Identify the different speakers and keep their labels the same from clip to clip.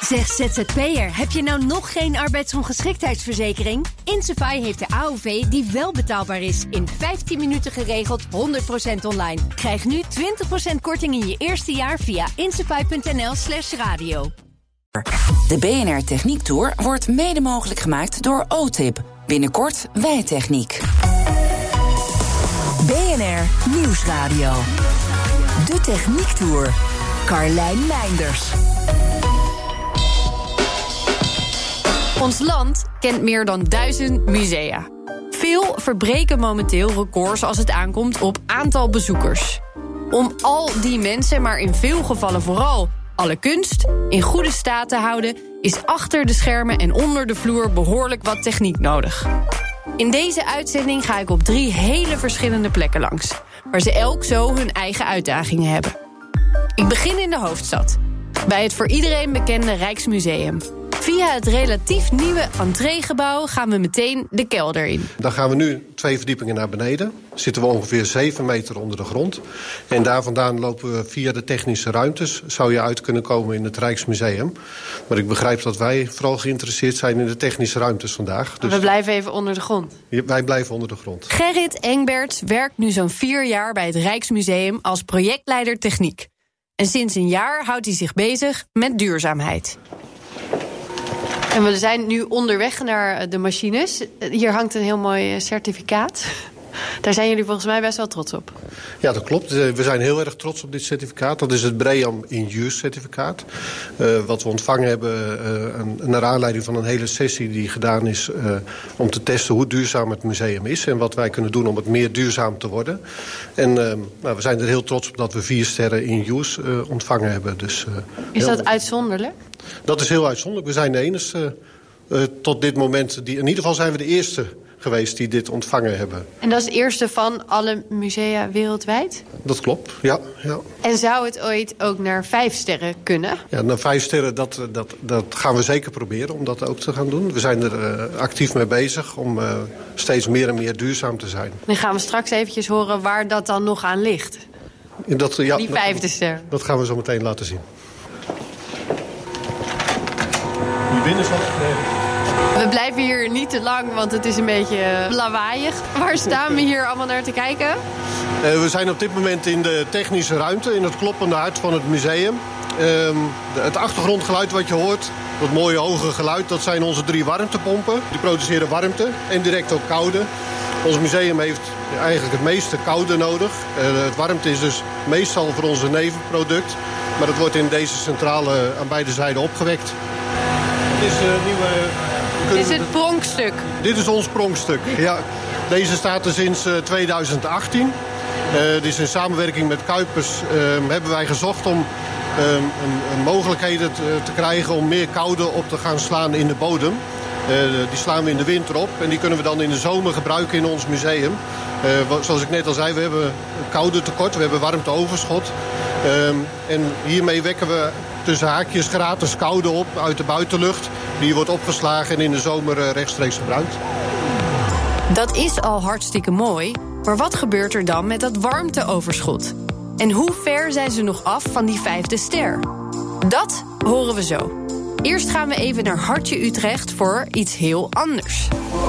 Speaker 1: Zeg ZZP'er, heb je nou nog geen arbeidsongeschiktheidsverzekering? Insafai heeft de AOV die wel betaalbaar is. In 15 minuten geregeld, 100% online. Krijg nu 20% korting in je eerste jaar via insafai.nl/radio.
Speaker 2: De BNR Techniek Tour wordt mede mogelijk gemaakt door OTIP. Binnenkort Wijtechniek. BNR Nieuwsradio. De Techniek Tour. Carlijn Meinders.
Speaker 3: Ons land kent meer dan 1000 musea. Veel verbreken momenteel records als het aankomt op aantal bezoekers. Om al die mensen, maar in veel gevallen vooral alle kunst, in goede staat te houden, is achter de schermen en onder de vloer behoorlijk wat techniek nodig. In deze uitzending ga ik op 3 hele verschillende plekken langs, waar ze elk zo hun eigen uitdagingen hebben. Ik begin in de hoofdstad, bij het voor iedereen bekende Rijksmuseum. Via het relatief nieuwe entreegebouw gaan we meteen de kelder in.
Speaker 4: Dan gaan we nu 2 verdiepingen naar beneden. Zitten we ongeveer 7 meter onder de grond. En daar vandaan lopen we via de technische ruimtes. Zou je uit kunnen komen in het Rijksmuseum. Maar ik begrijp dat wij vooral geïnteresseerd zijn in de technische ruimtes vandaag. Dus
Speaker 3: we blijven even onder de grond.
Speaker 4: Wij blijven onder de grond.
Speaker 3: Gerrit Engberts werkt nu zo'n 4 jaar bij het Rijksmuseum als projectleider techniek. En sinds een jaar houdt hij zich bezig met duurzaamheid. En we zijn nu onderweg naar de machines. Hier hangt een heel mooi certificaat. Daar zijn jullie volgens mij best wel trots op.
Speaker 4: Ja, dat klopt. We zijn heel erg trots op dit certificaat. Dat is het BREEAM in Use certificaat. Wat we ontvangen hebben naar aanleiding van een hele sessie die gedaan is om te testen hoe duurzaam het museum is en wat wij kunnen doen om het meer duurzaam te worden. En we zijn er heel trots op dat we 4 sterren in Use ontvangen hebben. Dus,
Speaker 3: is dat uitzonderlijk?
Speaker 4: Dat is heel uitzonderlijk. We zijn de enige tot dit moment. In ieder geval zijn we de eerste geweest die dit ontvangen hebben.
Speaker 3: En dat is het eerste van alle musea wereldwijd?
Speaker 4: Dat klopt, ja.
Speaker 3: En zou het ooit ook naar 5 sterren kunnen?
Speaker 4: Ja, naar 5 sterren, dat gaan we zeker proberen om dat ook te gaan doen. We zijn er actief mee bezig om steeds meer en meer duurzaam te zijn.
Speaker 3: Dan gaan we straks eventjes horen waar dat dan nog aan ligt. Die 5e ster.
Speaker 4: Dat gaan we zo meteen laten zien. Hier binnen zal
Speaker 3: We blijven hier niet te lang, want het is een beetje lawaaiig. Waar staan we hier allemaal naar te kijken?
Speaker 4: We zijn op dit moment in de technische ruimte, in het kloppende hart van het museum. Het achtergrondgeluid wat je hoort, dat mooie hoge geluid, dat zijn onze 3 warmtepompen. Die produceren warmte en direct ook koude. Ons museum heeft eigenlijk het meeste koude nodig. Het warmte is dus meestal voor onze nevenproduct. Maar dat wordt in deze centrale aan beide zijden opgewekt. Het is
Speaker 3: Dit is het pronkstuk.
Speaker 4: Dit is ons pronkstuk, ja. Deze staat er sinds 2018. Dus in samenwerking met Kuipers hebben wij gezocht om een mogelijkheden te krijgen om meer koude op te gaan slaan in de bodem. Die slaan we in de winter op en die kunnen we dan in de zomer gebruiken in ons museum. Zoals ik net al zei, we hebben een koude tekort, we hebben warmteoverschot. En hiermee wekken we tussen haakjes gratis koude op uit de buitenlucht. Die wordt opgeslagen en in de zomer rechtstreeks gebruikt.
Speaker 3: Dat is al hartstikke mooi, maar wat gebeurt er dan met dat warmteoverschot? En hoe ver zijn ze nog af van die 5e ster? Dat horen we zo. Eerst gaan we even naar Hartje Utrecht voor iets heel anders.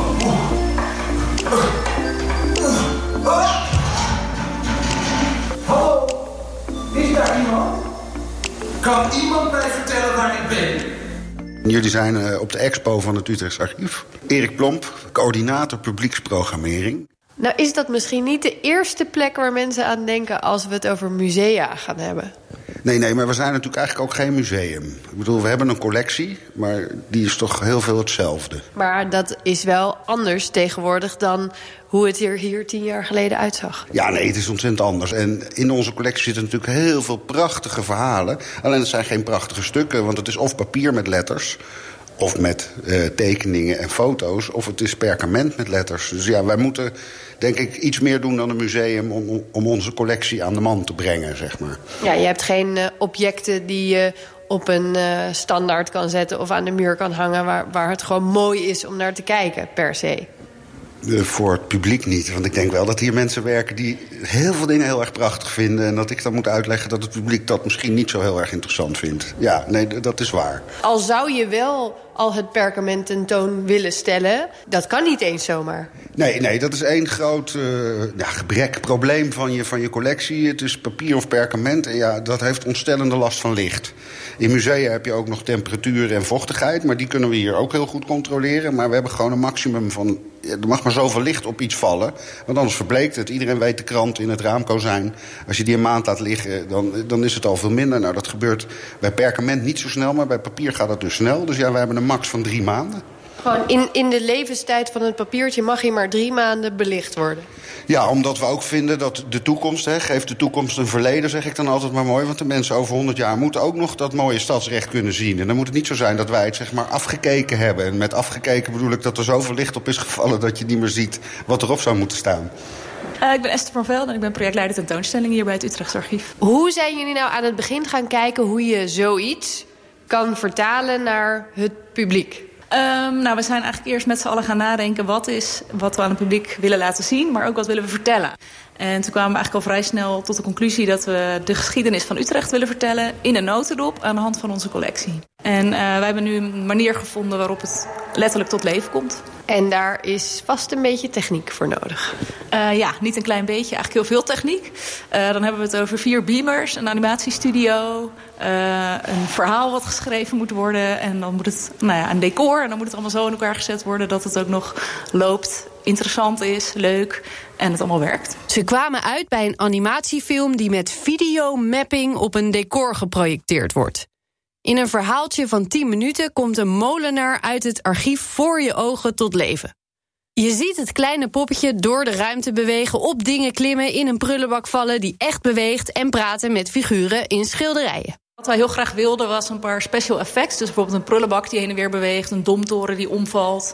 Speaker 5: Hallo, is daar iemand? Kan iemand mij vertellen waar ik ben?
Speaker 6: Jullie zijn op de expo van het Utrechts Archief. Erik Plomp, coördinator publieksprogrammering.
Speaker 3: Nou is dat misschien niet de eerste plek waar mensen aan denken als we het over musea gaan hebben.
Speaker 6: Nee, maar we zijn natuurlijk eigenlijk ook geen museum. Ik bedoel, we hebben een collectie, maar die is toch heel veel hetzelfde.
Speaker 3: Maar dat is wel anders tegenwoordig dan hoe het er hier 10 jaar geleden uitzag.
Speaker 6: Ja, nee, het is ontzettend anders. En in onze collectie zitten natuurlijk heel veel prachtige verhalen. Alleen het zijn geen prachtige stukken, want het is of papier met letters, of met tekeningen en foto's, of het is perkament met letters. Dus ja, wij moeten denk ik iets meer doen dan een museum om onze collectie aan de man te brengen, zeg maar. Ja,
Speaker 3: je hebt geen objecten die je op een standaard kan zetten of aan de muur kan hangen waar het gewoon mooi is om naar te kijken, per se.
Speaker 6: Voor het publiek niet. Want ik denk wel dat hier mensen werken die heel veel dingen heel erg prachtig vinden. En dat ik dan moet uitleggen dat het publiek dat misschien niet zo heel erg interessant vindt. Ja, nee, dat is waar.
Speaker 3: Al zou je wel al het perkament tentoon willen stellen, dat kan niet eens zomaar.
Speaker 6: Nee, dat is één groot probleem van je collectie. Het is papier of perkament. En ja, dat heeft ontstellende last van licht. In musea heb je ook nog temperatuur en vochtigheid. Maar die kunnen we hier ook heel goed controleren. Maar we hebben gewoon een maximum van... Er mag maar zoveel licht op iets vallen. Want anders verbleekt het. Iedereen weet de krant in het raamkozijn. Als je die een maand laat liggen, dan is het al veel minder. Nou, dat gebeurt bij perkament niet zo snel. Maar bij papier gaat dat dus snel. Dus ja, we hebben een max van 3 maanden.
Speaker 3: Gewoon in de levenstijd van het papiertje mag hij maar 3 maanden belicht worden.
Speaker 6: Ja, omdat we ook vinden dat de toekomst... geeft de toekomst een verleden, zeg ik dan altijd maar mooi. Want de mensen over 100 jaar moeten ook nog dat mooie stadsrecht kunnen zien. En dan moet het niet zo zijn dat wij het zeg maar afgekeken hebben. En met afgekeken bedoel ik dat er zoveel licht op is gevallen... dat je niet meer ziet wat erop zou moeten staan.
Speaker 7: Ik ben Esther van Velde en ik ben projectleider tentoonstelling hier bij het Utrechtse Archief.
Speaker 3: Hoe zijn jullie nou aan het begin gaan kijken hoe je zoiets kan vertalen naar het publiek?
Speaker 7: We zijn eigenlijk eerst met z'n allen gaan nadenken wat we aan het publiek willen laten zien, maar ook wat willen we vertellen. En toen kwamen we eigenlijk al vrij snel tot de conclusie dat we de geschiedenis van Utrecht willen vertellen in een notendop aan de hand van onze collectie. En wij hebben nu een manier gevonden waarop het letterlijk tot leven komt.
Speaker 3: En daar is vast een beetje techniek voor nodig.
Speaker 7: Niet een klein beetje, eigenlijk heel veel techniek. Dan hebben we het over 4 beamers, een animatiestudio, een verhaal wat geschreven moet worden. En dan moet het een decor en dan moet het allemaal zo in elkaar gezet worden dat het ook nog loopt, interessant is, leuk en het allemaal werkt.
Speaker 3: Ze kwamen uit bij een animatiefilm die met videomapping op een decor geprojecteerd wordt. In een verhaaltje van 10 minuten komt een molenaar uit het archief voor je ogen tot leven. Je ziet het kleine poppetje door de ruimte bewegen, op dingen klimmen, in een prullenbak vallen die echt beweegt en praten met figuren in schilderijen.
Speaker 7: Wat wij heel graag wilden was een paar special effects. Dus bijvoorbeeld een prullenbak die heen en weer beweegt, een domtoren die omvalt.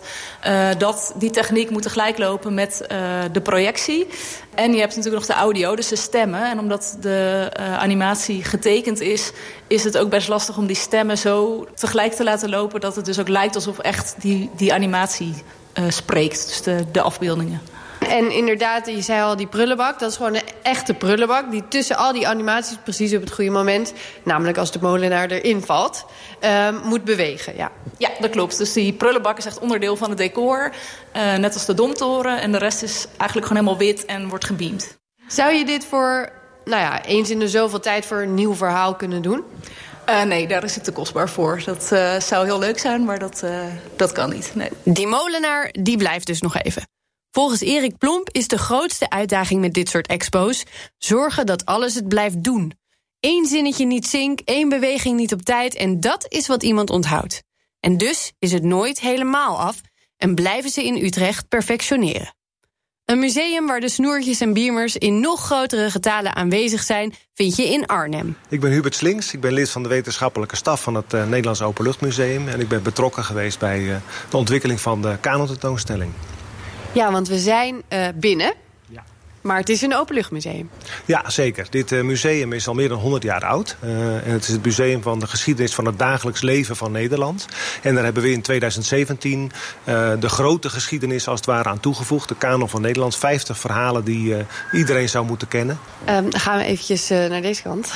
Speaker 7: Die techniek moet tegelijk lopen met de projectie. En je hebt natuurlijk nog de audio, dus de stemmen. En omdat de animatie getekend is het ook best lastig om die stemmen zo tegelijk te laten lopen dat het dus ook lijkt alsof echt die animatie spreekt. Dus de afbeeldingen.
Speaker 3: En inderdaad, je zei al, die prullenbak, dat is gewoon een echte prullenbak die tussen al die animaties precies op het goede moment, namelijk als de molenaar erin valt, moet bewegen.
Speaker 7: Ja, dat klopt. Dus die prullenbak is echt onderdeel van het decor, net als de domtoren. En de rest is eigenlijk gewoon helemaal wit en wordt gebeamd.
Speaker 3: Zou je dit voor, eens in de zoveel tijd voor een nieuw verhaal kunnen doen?
Speaker 7: Nee, daar is het te kostbaar voor. Dat zou heel leuk zijn, maar dat kan niet. Nee.
Speaker 3: Die molenaar, die blijft dus nog even. Volgens Erik Plomp is de grootste uitdaging met dit soort expo's zorgen dat alles het blijft doen. 1 zinnetje niet zinkt, 1 beweging niet op tijd en dat is wat iemand onthoudt. En dus is het nooit helemaal af en blijven ze in Utrecht perfectioneren. Een museum waar de snoertjes en beamers in nog grotere getalen aanwezig zijn, vind je in Arnhem.
Speaker 8: Ik ben Hubert Slinks, ik ben lid van de wetenschappelijke staf van het Nederlands Openluchtmuseum en ik ben betrokken geweest bij de ontwikkeling van de Kanon-tentoonstelling.
Speaker 3: Ja, want we zijn binnen, maar het is een openluchtmuseum.
Speaker 8: Ja, zeker. Dit museum is al meer dan 100 jaar oud. En het is het museum van de geschiedenis van het dagelijks leven van Nederland. En daar hebben we in 2017 de grote geschiedenis als het ware aan toegevoegd. De Kanon van Nederland, 50 verhalen die iedereen zou moeten kennen.
Speaker 3: Dan gaan we eventjes naar deze kant.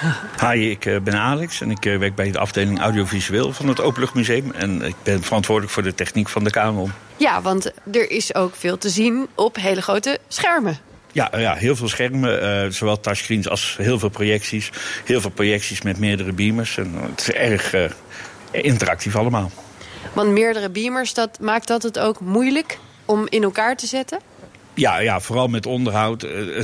Speaker 9: Hi, ik ben Alex en ik werk bij de afdeling audiovisueel van het Openluchtmuseum. En ik ben verantwoordelijk voor de techniek van de Kanon.
Speaker 3: Ja, want er is ook veel te zien op hele grote schermen.
Speaker 9: Ja, heel veel schermen, zowel touchscreens als heel veel projecties. Heel veel projecties met meerdere beamers. En het is erg interactief allemaal.
Speaker 3: Want meerdere beamers, maakt dat het ook moeilijk om in elkaar te zetten?
Speaker 9: Ja, vooral met onderhoud.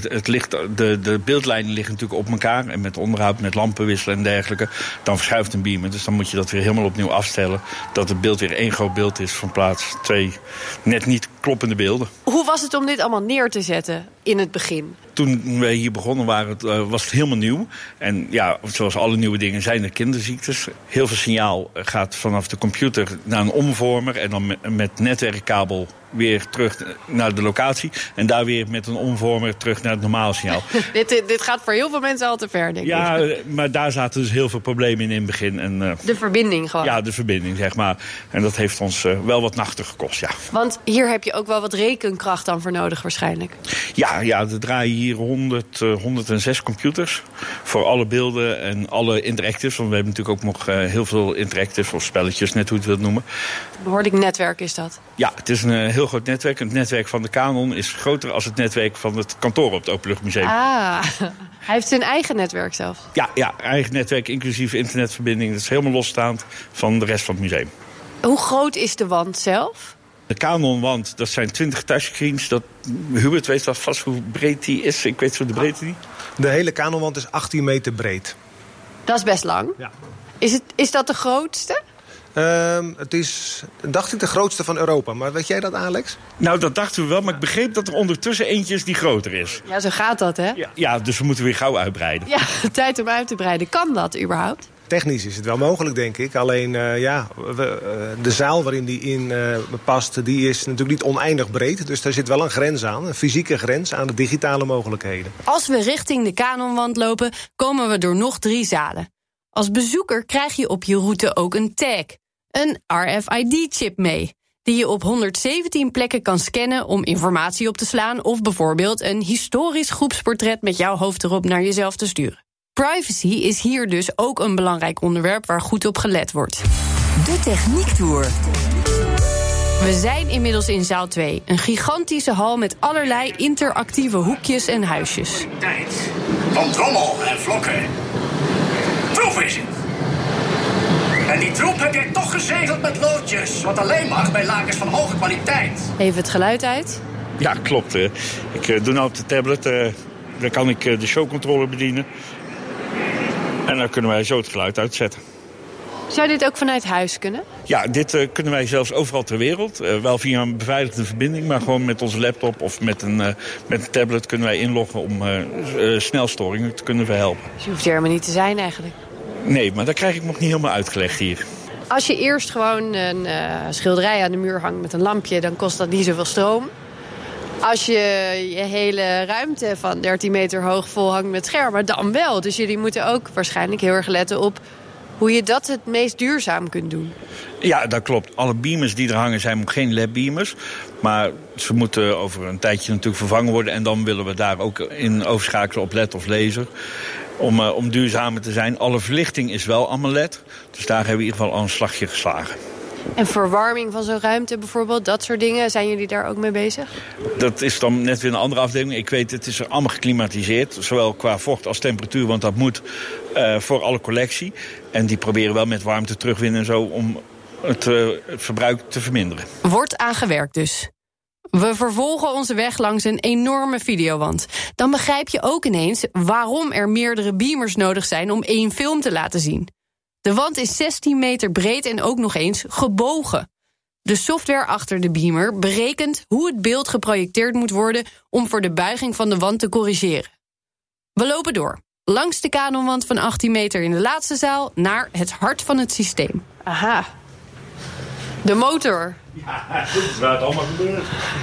Speaker 9: De beeldlijnen liggen natuurlijk op elkaar. En met onderhoud, met lampen wisselen en dergelijke, dan verschuift een beamer. Dus dan moet je dat weer helemaal opnieuw afstellen. Dat het beeld weer 1 groot beeld is van plaats 2 net niet kloppende beelden. Hoe
Speaker 3: was het om dit allemaal neer te zetten in het begin?
Speaker 9: Toen wij hier begonnen was het helemaal nieuw. En ja, zoals alle nieuwe dingen zijn er kinderziektes. Heel veel signaal gaat vanaf de computer naar een omvormer. En dan met netwerkkabel weer terug naar de locatie. En daar weer met een omvormer terug naar het normale signaal.
Speaker 3: Dit gaat voor heel veel mensen al te ver, denk ik.
Speaker 9: Ja, maar daar zaten dus heel veel problemen in het begin. En,
Speaker 3: de verbinding gewoon.
Speaker 9: Ja, de verbinding, zeg maar. En dat heeft ons wel wat nachten gekost, ja.
Speaker 3: Want hier heb je ook wel wat rekenkracht dan voor nodig waarschijnlijk.
Speaker 9: Ja, er draaien hier 106 computers voor alle beelden en alle interactives. Want we hebben natuurlijk ook nog heel veel interactives of spelletjes, net hoe je het wilt noemen.
Speaker 3: Een behoorlijk netwerk is dat.
Speaker 9: Ja, het is een heel groot netwerk. Het netwerk van de Canon is groter dan het netwerk van het kantoor op het Openluchtmuseum.
Speaker 3: Ah, hij heeft zijn eigen netwerk zelf.
Speaker 9: Ja, eigen netwerk, inclusief internetverbinding. Dat is helemaal losstaand van de rest van het museum.
Speaker 3: Hoe groot is de wand zelf?
Speaker 9: De Canon-wand, dat zijn 20 touchscreens. Hubert weet wel vast hoe breed die is. Ik weet zo de breedte niet.
Speaker 8: De hele Canon-wand is 18 meter breed.
Speaker 3: Dat is best lang.
Speaker 8: Ja.
Speaker 3: Is dat de grootste?
Speaker 8: Het is, dacht ik, de grootste van Europa. Maar weet jij dat, Alex?
Speaker 9: Nou, dat dachten we wel. Maar ik begreep dat er ondertussen eentje is die groter is.
Speaker 3: Ja, zo gaat dat, hè?
Speaker 9: Ja, dus we moeten weer gauw uitbreiden.
Speaker 3: Ja, tijd om uit te breiden. Kan dat überhaupt?
Speaker 8: Technisch is het wel mogelijk, denk ik. Alleen, de zaal waarin die in past, die is natuurlijk niet oneindig breed. Dus daar zit wel een grens aan, een fysieke grens aan de digitale mogelijkheden.
Speaker 3: Als we richting de Canonwand lopen, komen we door nog 3 zalen. Als bezoeker krijg je op je route ook een tag. Een RFID-chip mee, die je op 117 plekken kan scannen om informatie op te slaan of bijvoorbeeld een historisch groepsportret met jouw hoofd erop naar jezelf te sturen. Privacy is hier dus ook een belangrijk onderwerp waar goed op gelet wordt.
Speaker 2: De Techniektour.
Speaker 3: We zijn inmiddels in zaal 2, een gigantische hal met allerlei interactieve hoekjes en huisjes.
Speaker 10: Tijd van trommel en vlokken. Troep is het. En die troep heb jij toch gezegeld met loodjes, wat alleen mag bij lakens van hoge kwaliteit.
Speaker 3: Even het geluid uit.
Speaker 9: Ja, klopt. Ik doe nou op de tablet, daar kan ik de showcontroller bedienen. En dan kunnen wij zo het geluid uitzetten.
Speaker 3: Zou dit ook vanuit huis kunnen?
Speaker 9: Ja, dit kunnen wij zelfs overal ter wereld. Wel via een beveiligde verbinding, maar gewoon met onze laptop of met een tablet kunnen wij inloggen om snelstoringen te kunnen verhelpen.
Speaker 3: Dus je hoeft er helemaal niet te zijn eigenlijk.
Speaker 9: Nee, maar dat krijg ik nog niet helemaal uitgelegd hier.
Speaker 3: Als je eerst gewoon een schilderij aan de muur hangt met een lampje, dan kost dat niet zoveel stroom. Als je je hele ruimte van 13 meter hoog volhangt met schermen, dan wel. Dus jullie moeten ook waarschijnlijk heel erg letten op hoe je dat het meest duurzaam kunt doen.
Speaker 9: Ja, dat klopt. Alle beamers die er hangen zijn ook geen LED-beamers. Maar ze moeten over een tijdje natuurlijk vervangen worden. En dan willen we daar ook in overschakelen op LED of laser. Om duurzamer te zijn. Alle verlichting is wel allemaal LED. Dus daar hebben we in ieder geval al een slagje geslagen.
Speaker 3: En verwarming van zo'n ruimte bijvoorbeeld, dat soort dingen, zijn jullie daar ook mee bezig?
Speaker 9: Dat is dan net weer een andere afdeling. Ik weet, het is allemaal geklimatiseerd. Zowel qua vocht als temperatuur, want dat moet voor alle collectie. En die proberen wel met warmte terugwinnen en zo om het verbruik te verminderen.
Speaker 3: Wordt aangewerkt dus. We vervolgen onze weg langs een enorme videowand. Dan begrijp je ook ineens waarom er meerdere beamers nodig zijn om 1 film te laten zien. De wand is 16 meter breed en ook nog eens gebogen. De software achter de beamer berekent hoe het beeld geprojecteerd moet worden om voor de buiging van de wand te corrigeren. We lopen door, langs de Canonwand van 18 meter in de laatste zaal naar het hart van het systeem. Aha, de motor.
Speaker 9: Ja, dat is waar het allemaal gebeurt.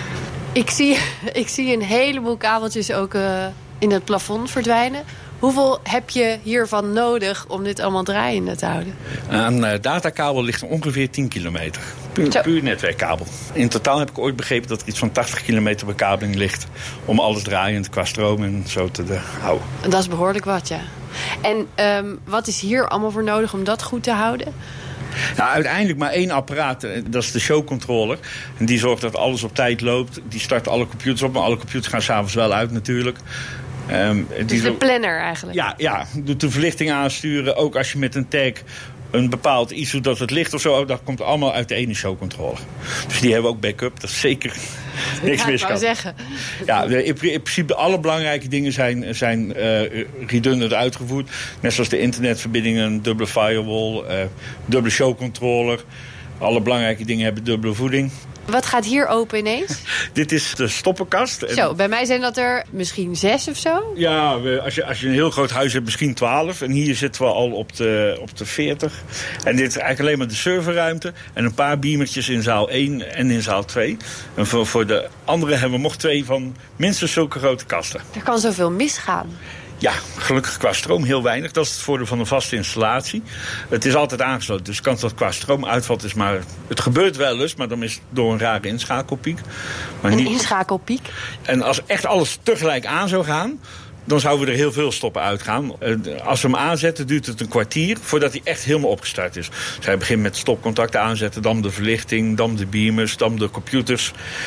Speaker 3: Ik zie een heleboel kabeltjes ook in het plafond verdwijnen. Hoeveel heb je hiervan nodig om dit allemaal draaiende te houden?
Speaker 9: Aan datakabel ligt ongeveer 10 kilometer. Puur netwerkkabel. In totaal heb ik ooit begrepen dat er iets van 80 kilometer bekabeling ligt om alles draaiend qua stroom en zo te houden.
Speaker 3: Dat is behoorlijk wat, ja. En wat is hier allemaal voor nodig om dat goed te houden?
Speaker 9: Nou, uiteindelijk maar 1 apparaat, dat is de showcontroller. En die zorgt dat alles op tijd loopt. Die start alle computers op, maar alle computers gaan 's avonds wel uit natuurlijk.
Speaker 3: Dus de planner eigenlijk?
Speaker 9: Ja, doet de verlichting aansturen. Ook als je met een tag een bepaald iets doet dat het licht of zo, dat komt allemaal uit de ene showcontroller. Dus die hebben we ook backup. Dat is zeker niks mis kan.
Speaker 3: Zeggen.
Speaker 9: Ja, in principe alle belangrijke dingen zijn redundant uitgevoerd. Net zoals de internetverbindingen, dubbele firewall, dubbele showcontroller. Alle belangrijke dingen hebben dubbele voeding.
Speaker 3: Wat gaat hier open ineens?
Speaker 9: Dit is de stoppenkast.
Speaker 3: Zo, bij mij zijn dat er misschien 6 of zo?
Speaker 9: Ja, als je een heel groot huis hebt, misschien 12. En hier zitten we al op de 40. En dit is eigenlijk alleen maar de serverruimte. En een paar beamertjes in zaal 1 en in zaal 2. En voor de andere hebben we nog 2 van minstens zulke grote kasten.
Speaker 3: Er kan zoveel misgaan.
Speaker 9: Ja, gelukkig qua stroom heel weinig. Dat is het voordeel van een vaste installatie. Het is altijd aangesloten, dus de kans dat qua stroom uitvalt is maar... Het gebeurt wel eens, maar dan is het door een rare inschakelpiek. Maar
Speaker 3: een inschakelpiek?
Speaker 9: En als echt alles tegelijk aan zou gaan... dan zouden we er heel veel stoppen uitgaan. Als we hem aanzetten, duurt het een kwartier voordat hij echt helemaal opgestart is. Dus hij begint met stopcontacten aanzetten, dan de verlichting, dan de beamers, dan de computers.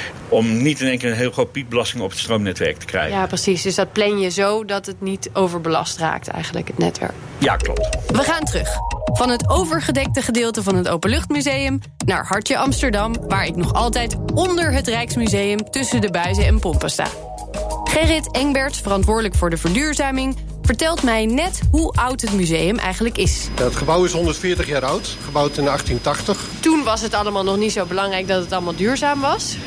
Speaker 9: Om niet in één keer een heel groot piekbelasting op het stroomnetwerk te krijgen.
Speaker 3: Ja, precies. Dus dat plan je zo dat het niet overbelast raakt eigenlijk, het netwerk.
Speaker 9: Ja, klopt.
Speaker 3: We gaan terug. Van het overgedekte gedeelte van het Openluchtmuseum naar Hartje Amsterdam, waar ik nog altijd onder het Rijksmuseum tussen de buizen en pompen sta. Gerrit Engberts, verantwoordelijk voor de verduurzaming, vertelt mij net hoe oud het museum eigenlijk is.
Speaker 4: Ja, het gebouw is 140 jaar oud, gebouwd in 1880.
Speaker 3: Toen was het allemaal nog niet zo belangrijk dat het allemaal duurzaam was.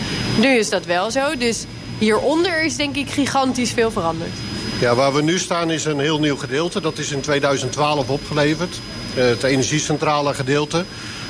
Speaker 3: Nu is dat wel zo, dus hieronder is denk ik gigantisch veel veranderd.
Speaker 4: Ja, waar we nu staan is een heel nieuw gedeelte. Dat is in 2012 opgeleverd. Het energiecentrale gedeelte.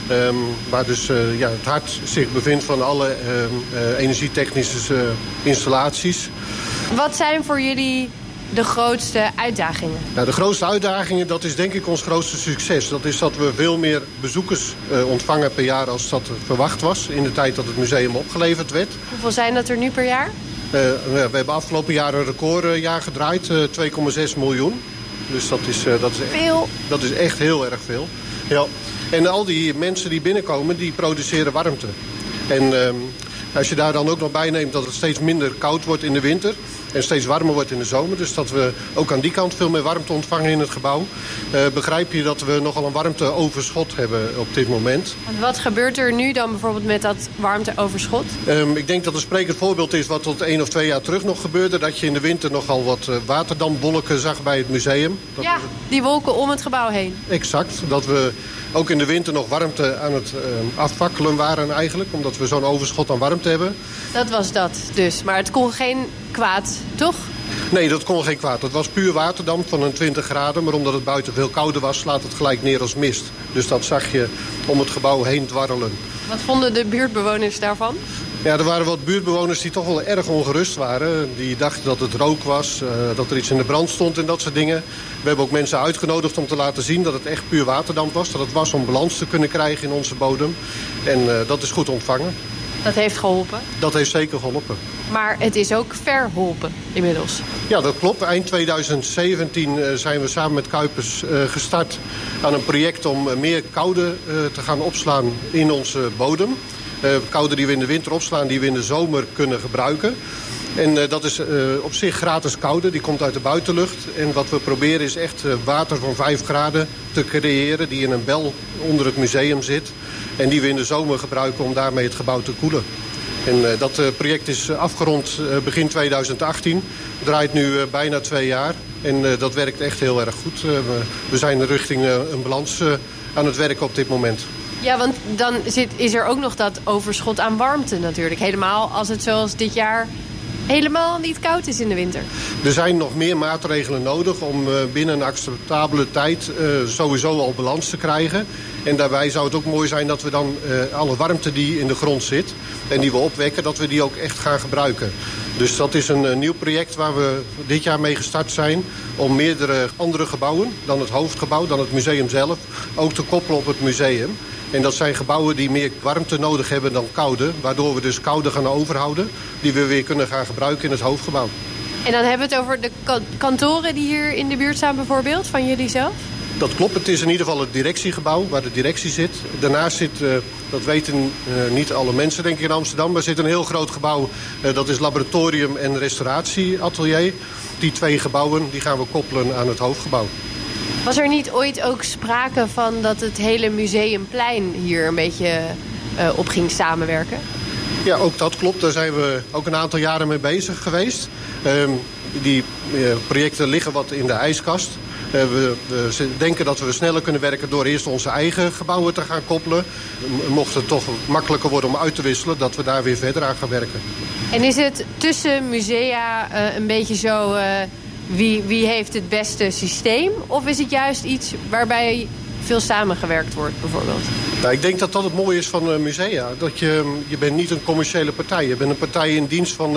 Speaker 4: Waar dus het hart zich bevindt van alle energietechnische installaties.
Speaker 3: Wat zijn voor jullie de grootste uitdagingen?
Speaker 4: Nou, de grootste uitdagingen, dat is denk ik ons grootste succes. Dat is dat we veel meer bezoekers ontvangen per jaar als dat verwacht was. In de tijd dat het museum opgeleverd werd.
Speaker 3: Hoeveel zijn dat er nu per jaar?
Speaker 4: We hebben afgelopen jaar een recordjaar gedraaid. 2,6 miljoen. Dus dat is
Speaker 3: veel.
Speaker 4: Dat is echt heel erg veel. Ja. En al die mensen die binnenkomen, die produceren warmte. En als je daar dan ook nog bij neemt dat het steeds minder koud wordt in de winter... en steeds warmer wordt in de zomer... dus dat we ook aan die kant veel meer warmte ontvangen in het gebouw... begrijp je dat we nogal een warmteoverschot hebben op dit moment.
Speaker 3: En wat gebeurt er nu dan bijvoorbeeld met dat warmteoverschot?
Speaker 4: Ik denk dat een sprekend voorbeeld is wat tot 1 of 2 jaar terug nog gebeurde... dat je in de winter nogal wat waterdampwolken zag bij het museum.
Speaker 3: Die wolken om het gebouw heen.
Speaker 4: Exact, dat we ook in de winter nog warmte aan het afvakkelen waren eigenlijk... omdat we zo'n overschot aan warmte hebben.
Speaker 3: Dat was dat dus, maar het kon geen kwaad, toch?
Speaker 4: Nee, dat kon geen kwaad. Het was puur waterdamp van een 20 graden... maar omdat het buiten veel kouder was, slaat het gelijk neer als mist. Dus dat zag je om het gebouw heen dwarrelen.
Speaker 3: Wat vonden de buurtbewoners daarvan?
Speaker 4: Ja, er waren wat buurtbewoners die toch wel erg ongerust waren. Die dachten dat het rook was, dat er iets in de brand stond en dat soort dingen. We hebben ook mensen uitgenodigd om te laten zien dat het echt puur waterdamp was. Dat het was om balans te kunnen krijgen in onze bodem. En dat is goed ontvangen.
Speaker 3: Dat heeft geholpen?
Speaker 4: Dat heeft zeker geholpen.
Speaker 3: Maar het is ook verholpen inmiddels.
Speaker 4: Ja, dat klopt. Eind 2017 zijn we samen met Kuipers gestart aan een project om meer koude te gaan opslaan in onze bodem. Koude die we in de winter opslaan, die we in de zomer kunnen gebruiken. En dat is op zich gratis koude, die komt uit de buitenlucht. En wat we proberen is echt water van 5 graden te creëren... die in een bel onder het museum zit. En die we in de zomer gebruiken om daarmee het gebouw te koelen. En dat project is afgerond begin 2018. Draait nu bijna 2 jaar. En dat werkt echt heel erg goed. We zijn richting een balans aan het werken op dit moment.
Speaker 3: Ja, want dan is er ook nog dat overschot aan warmte natuurlijk. Helemaal als het zoals dit jaar helemaal niet koud is in de winter.
Speaker 4: Er zijn nog meer maatregelen nodig om binnen een acceptabele tijd sowieso al balans te krijgen. En daarbij zou het ook mooi zijn dat we dan alle warmte die in de grond zit en die we opwekken, dat we die ook echt gaan gebruiken. Dus dat is een nieuw project waar we dit jaar mee gestart zijn om meerdere andere gebouwen dan het hoofdgebouw, dan het museum zelf, ook te koppelen op het museum. En dat zijn gebouwen die meer warmte nodig hebben dan koude. Waardoor we dus koude gaan overhouden. Die we weer kunnen gaan gebruiken in het hoofdgebouw.
Speaker 3: En dan hebben we het over de kantoren die hier in de buurt staan bijvoorbeeld, van jullie zelf?
Speaker 4: Dat klopt. Het is in ieder geval het directiegebouw waar de directie zit. Daarnaast zit, dat weten niet alle mensen denk ik in Amsterdam... maar zit een heel groot gebouw. Dat is laboratorium en restauratieatelier. Die 2 gebouwen die gaan we koppelen aan het hoofdgebouw.
Speaker 3: Was er niet ooit ook sprake van dat het hele Museumplein hier een beetje op ging samenwerken?
Speaker 4: Ja, ook dat klopt. Daar zijn we ook een aantal jaren mee bezig geweest. Die projecten liggen wat in de ijskast. We denken dat we sneller kunnen werken door eerst onze eigen gebouwen te gaan koppelen. Mocht het toch makkelijker worden om uit te wisselen, dat we daar weer verder aan gaan werken.
Speaker 3: En is het tussen musea een beetje zo wie heeft het beste systeem? Of is het juist iets waarbij veel samengewerkt wordt bijvoorbeeld?
Speaker 4: Nou, ik denk dat dat het mooie is van musea. Dat je bent niet een commerciële partij. Je bent een partij in dienst van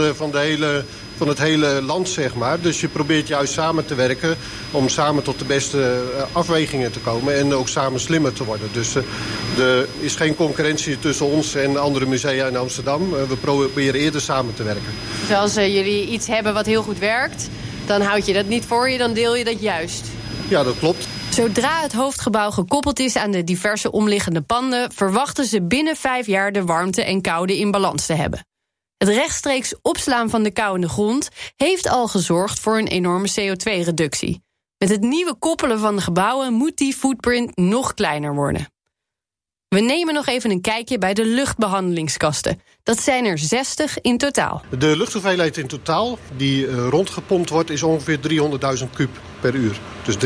Speaker 4: het hele land, zeg maar. Dus je probeert juist samen te werken om samen tot de beste afwegingen te komen en ook samen slimmer te worden. Dus er is geen concurrentie tussen ons en andere musea in Amsterdam. We proberen eerder samen te werken.
Speaker 3: Dus als jullie iets hebben wat heel goed werkt, dan houd je dat niet voor je, dan deel je dat juist.
Speaker 4: Ja, dat klopt.
Speaker 3: Zodra het hoofdgebouw gekoppeld is aan de diverse omliggende panden, verwachten ze binnen 5 jaar de warmte en koude in balans te hebben. Het rechtstreeks opslaan van de kou in de grond heeft al gezorgd voor een enorme CO2-reductie. Met het nieuwe koppelen van de gebouwen moet die footprint nog kleiner worden. We nemen nog even een kijkje bij de luchtbehandelingskasten. Dat zijn er 60 in totaal.
Speaker 4: De luchthoeveelheid in totaal die rondgepompt wordt is ongeveer 300.000 kub per uur. Dus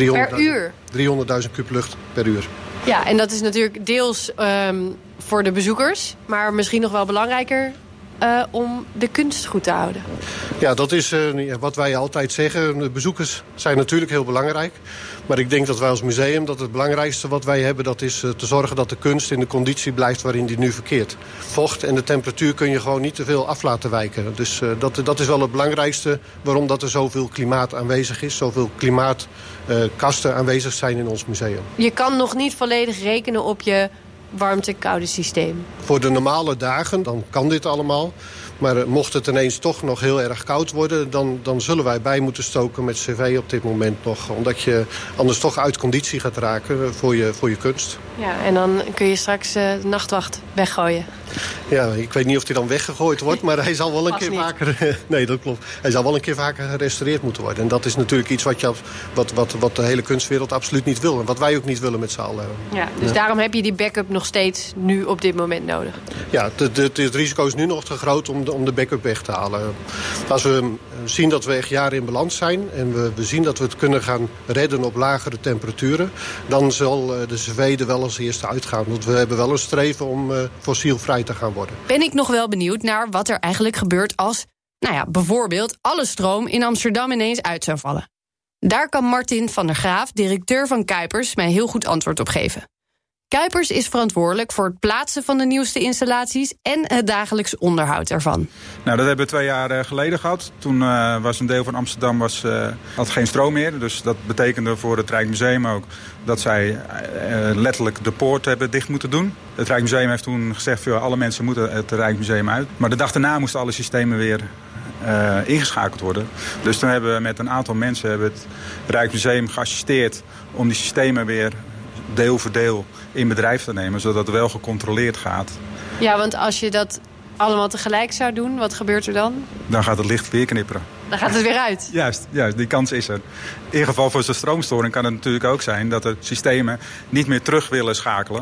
Speaker 4: 300.000 kub lucht per uur.
Speaker 3: Ja, en dat is natuurlijk deels voor de bezoekers, maar misschien nog wel belangrijker om de kunst goed te houden.
Speaker 4: Ja, dat is wat wij altijd zeggen. De bezoekers zijn natuurlijk heel belangrijk. Maar ik denk dat wij als museum, dat het belangrijkste wat wij hebben, dat is te zorgen dat de kunst in de conditie blijft waarin die nu verkeert. Vocht en de temperatuur kun je gewoon niet te veel af laten wijken. Dus dat is wel het belangrijkste waarom dat er zoveel klimaat aanwezig is. Zoveel klimaatkasten aanwezig zijn in ons museum.
Speaker 3: Je kan nog niet volledig rekenen op je warmte-koude systeem.
Speaker 4: Voor de normale dagen, dan kan dit allemaal. Maar mocht het ineens toch nog heel erg koud worden, dan zullen wij bij moeten stoken met cv op dit moment nog. Omdat je anders toch uit conditie gaat raken voor je kunst.
Speaker 3: Ja, en dan kun je straks de nachtwacht weggooien.
Speaker 4: Ja, ik weet niet of die dan weggegooid wordt, maar hij zal wel een keer vaker... Nee, dat klopt. Hij zal wel een keer vaker gerestaureerd moeten worden. En dat is natuurlijk iets wat de hele kunstwereld absoluut niet wil. En wat wij ook niet willen met z'n allen.
Speaker 3: Ja, dus daarom heb je die backup nog steeds nu op dit moment nodig?
Speaker 4: Ja, het risico is nu nog te groot om de backup weg te halen. Als we zien dat we echt jaren in balans zijn en we zien dat we het kunnen gaan redden op lagere temperaturen, dan zal de cv er wel als eerste uitgaan. Want we hebben wel een streven om fossielvrij te gaan worden.
Speaker 3: Ben ik nog wel benieuwd naar wat er eigenlijk gebeurt als, bijvoorbeeld alle stroom in Amsterdam ineens uit zou vallen. Daar kan Martin van der Graaf, directeur van Kuipers, mij heel goed antwoord op geven. Kuipers is verantwoordelijk voor het plaatsen van de nieuwste installaties en het dagelijks onderhoud ervan.
Speaker 11: Nou, dat hebben we 2 jaar geleden gehad. Toen was een deel van Amsterdam had geen stroom meer. Dus dat betekende voor het Rijksmuseum ook dat zij letterlijk de poort hebben dicht moeten doen. Het Rijksmuseum heeft toen gezegd, alle mensen moeten het Rijksmuseum uit. Maar de dag daarna moesten alle systemen weer ingeschakeld worden. Dus toen hebben we met een aantal mensen het Rijksmuseum geassisteerd om die systemen weer deel voor deel in bedrijf te nemen, zodat het wel gecontroleerd gaat.
Speaker 3: Ja, want als je dat allemaal tegelijk zou doen, wat gebeurt er dan?
Speaker 11: Dan gaat het licht weer knipperen.
Speaker 3: Dan gaat het weer uit.
Speaker 11: Juist, die kans is er. In ieder geval voor zo'n stroomstoring kan het natuurlijk ook zijn dat de systemen niet meer terug willen schakelen.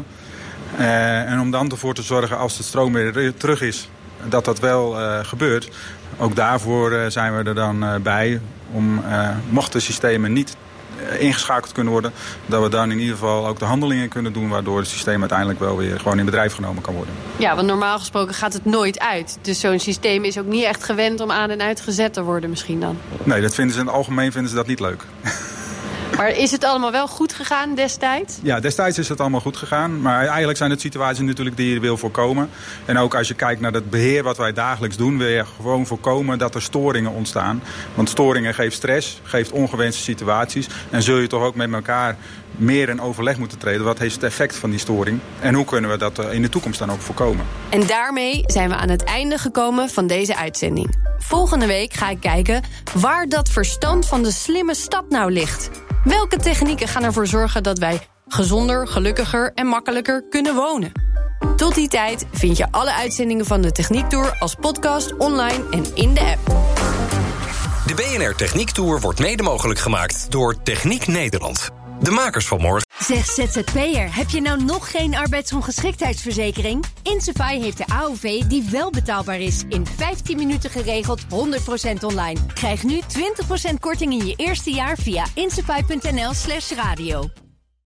Speaker 11: En om dan ervoor te zorgen, als de stroom weer terug is, dat dat wel gebeurt. Ook daarvoor zijn we er dan bij om, mochten systemen niet ingeschakeld kunnen worden, dat we dan in ieder geval ook de handelingen kunnen doen waardoor het systeem uiteindelijk wel weer gewoon in bedrijf genomen kan worden.
Speaker 3: Ja, want normaal gesproken gaat het nooit uit. Dus zo'n systeem is ook niet echt gewend om aan en uitgezet te worden misschien dan.
Speaker 11: Nee, dat vinden ze in het algemeen dat niet leuk.
Speaker 3: Maar is het allemaal wel goed gegaan destijds?
Speaker 11: Ja, destijds is het allemaal goed gegaan. Maar eigenlijk zijn het situaties natuurlijk die je wil voorkomen. En ook als je kijkt naar het beheer wat wij dagelijks doen, wil je gewoon voorkomen dat er storingen ontstaan. Want storingen geeft stress, geeft ongewenste situaties. En zul je toch ook met elkaar meer in overleg moeten treden. Wat is het effect van die storing? En hoe kunnen we dat in de toekomst dan ook voorkomen?
Speaker 3: En daarmee zijn we aan het einde gekomen van deze uitzending. Volgende week ga ik kijken waar dat verstand van de slimme stad nou ligt. Welke technieken gaan ervoor zorgen dat wij gezonder, gelukkiger en makkelijker kunnen wonen? Tot die tijd vind je alle uitzendingen van de Techniek Tour als podcast, online en in de app.
Speaker 12: De BNR Techniek Tour wordt mede mogelijk gemaakt door Techniek Nederland. De makers van morgen.
Speaker 1: Zeg ZZP'er, heb je nou nog geen arbeidsongeschiktheidsverzekering? Insafai heeft de AOV die wel betaalbaar is. In 15 minuten geregeld, 100% online. Krijg nu 20% korting in je eerste jaar via insafai.nl/radio.